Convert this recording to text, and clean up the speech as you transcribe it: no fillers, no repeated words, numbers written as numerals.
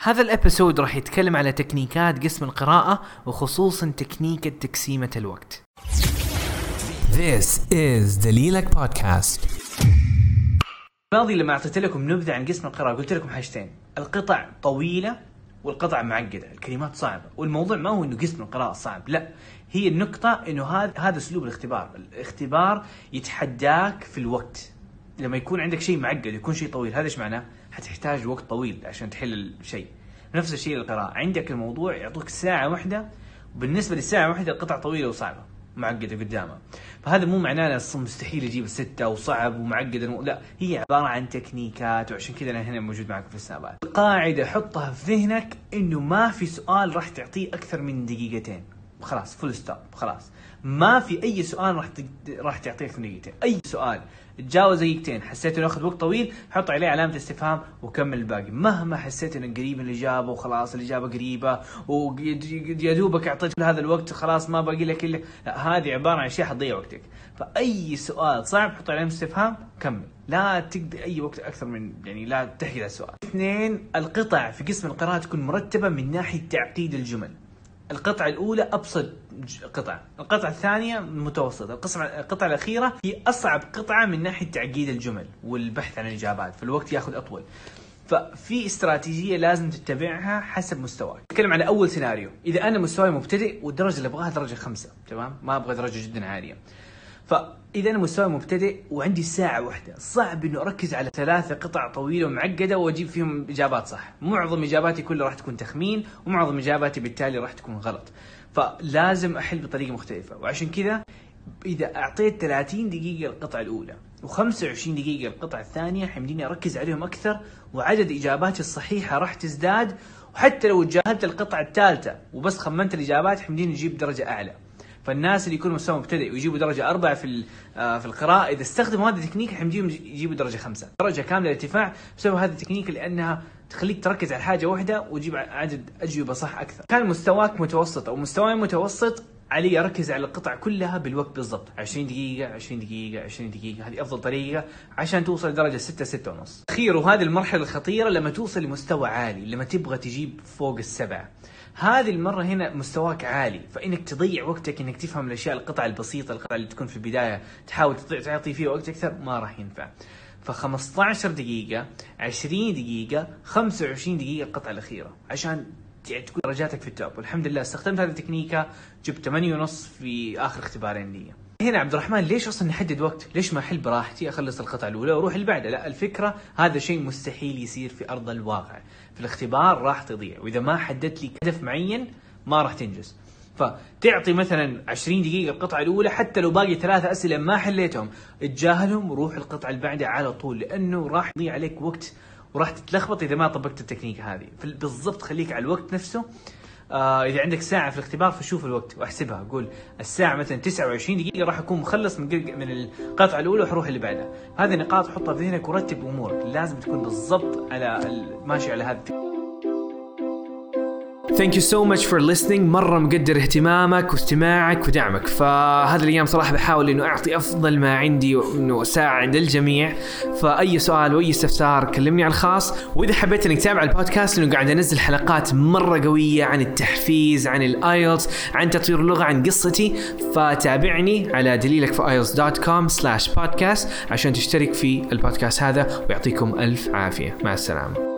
هذا الابيسود راح يتكلم على تكنيكات قسم القراءة وخصوصا تكنيك تقسيمة الوقت. This is دليلك بودكاست. الماضي لما أعطيت لكم نبذة عن قسم القراءة قلت لكم حاجتين: القطع طويلة والقطع معقدة، الكلمات صعبة. والموضوع ما هو إنه قسم القراءة صعب، لا، هي النقطة إنه هذا أسلوب الاختبار يتحداك في الوقت. لما يكون عندك شيء معقد يكون شيء طويل، هذا إيش معناه؟ حتحتاج وقت طويل عشان تحل الشيء. نفس الشيء للقراءة، عندك الموضوع يعطوك ساعة واحدة، وبالنسبة للساعة واحدة القطع طويلة وصعبة معقدة قدامها. فهذا مو معناه مستحيل يجيب الستة وصعب ومعقد، لا، هي عبارة عن تكنيكات، وعشان كذا أنا هنا موجود معكم في السنابات. القاعدة حطها في ذهنك إنه ما في سؤال راح تعطيه أكثر من دقيقتين، خلاص فول ستوب، خلاص ما في أي سؤال راح تعطيه أكثر من دقيقتين. أي سؤال تجاوز دقيقتين حسيت إنه أخذ وقت طويل حط عليه علامة استفهام وكمل الباقي. مهما حسيت إنه قريب من الإجابة وخلاص الإجابة قريبة ويا دوبك أعطيت كل هذا الوقت خلاص ما باقي لك إلا، لا، هذه عبارة عن شيء حتضيع وقتك. فأي سؤال صعب حط عليه استفهام كمل، لا تقضي أي وقت أكثر من لا تحكي على السؤال. 2، القطع في قسم القراءة تكون مرتبة من ناحية تعقيد الجمل. القطعة الأولى أبسط قطعة، القطعة الثانية متوسطة، القطعة الأخيرة هي أصعب قطعة من ناحية تعقيد الجمل والبحث عن الإجابات، فالوقت يأخذ أطول. ففي استراتيجية لازم تتبعها حسب مستواك. نتكلم على أول سيناريو، إذا أنا مستواي مبتدئ والدرجة اللي أبغاها درجة 5، تمام، ما أبغى درجة جدا عالية. فإذا أنا مستوى مبتدئ وعندي ساعة واحدة، صعب إنه أركز على 3 قطع طويلة ومعقدة وأجيب فيهم إجابات صح. معظم إجاباتي كلها راح تكون تخمين، ومعظم إجاباتي بالتالي راح تكون غلط. فلازم أحل بطريقة مختلفة. وعشان كذا إذا أعطيت 30 دقيقة القطعة الأولى و25 دقيقة القطعة الثانية، حمديني أركز عليهم أكثر، وعدد إجاباتي الصحيحة راح تزداد. وحتى لو تجاهلت القطعة الثالثة وبس خمنت الإجابات، حمديني أجيب درجة أعلى. فالناس اللي يكونوا مستوى مبتدئ ويجيبوا درجة 4 في القراءة، إذا استخدموا هذا التكنيك حمديهم يجيبوا درجة 5، درجة كاملة الارتفاع بسبب هذا التكنيك، لأنها تخليك تركز على حاجة واحدة وتجيب عدد أجوبة صح أكثر. كان مستواك متوسط أو مستواي متوسط، علي أركز على القطع كلها بالوقت بالضبط، 20 دقيقة 20 دقيقة 20 دقيقة، هذه أفضل طريقة عشان توصل لدرجة 6-6.5. أخير، وهذه المرحلة الخطيرة لما توصل لمستوى عالي، لما تبغى تجيب فوق 7، هذه المرة هنا مستواك عالي، فإنك تضيع وقتك إنك تفهم الأشياء القطع البسيطة، القطع اللي تكون في البداية تحاول تعطي فيها وقت أكثر، ما راح ينفع. ف15 دقيقة 20 دقيقة 25 دقيقة القطعة الأخيرة عشان تكون درجاتك في التوب. والحمد لله استخدمت هذه التكنيكة، جبت 8.5 في آخر اختبارين لي. هنا عبد الرحمن، ليش أصلا نحدد وقت؟ ليش ما أحل براحتي أخلص القطعة الأولى وأروح اللي بعدها؟ لا، الفكرة هذا شيء مستحيل يصير في أرض الواقع، في الاختبار راح تضيع، وإذا ما حددت لي هدف معين ما راح تنجز. فتعطي مثلا 20 دقيقة القطعة الأولى، حتى لو باقي 3 أسئلة ما حليتهم اتجاهلهم وروح القطعة اللي بعدها على طول، لأنه راح يضيع عليك وقت وراح تتلخبط إذا ما طبقت التكنيك هذه. بالضبط خليك على الوقت نفسه. إذا عندك ساعة في الاختبار فشوف الوقت واحسبها، قول الساعة مثلا 29 دقيقة راح أكون مخلص من القطعة الأولى وحروح اللي بعدها. هذه نقاط حطها في ذهنك ورتب أمورك، لازم تكون بالضبط ماشي على هذا. Thank you so much for listening. مرة مقدر اهتمامك واستماعك ودعمك. فهذه الأيام صراحة بحاول إنه أعطي أفضل ما عندي وإنه أساعد الجميع. فأي سؤال وأي استفسار كلمني على الخاص. وإذا حبيت إنك تتابع البودكاست لأنه قاعد أنزل حلقات مرة قوية عن التحفيز، عن الآيلتس، عن تطوير اللغة، عن قصتي، فتابعني على delilakfoielts.com/podcast عشان تشترك في البودكاست هذا، ويعطيكم ألف عافية. مع السلامة.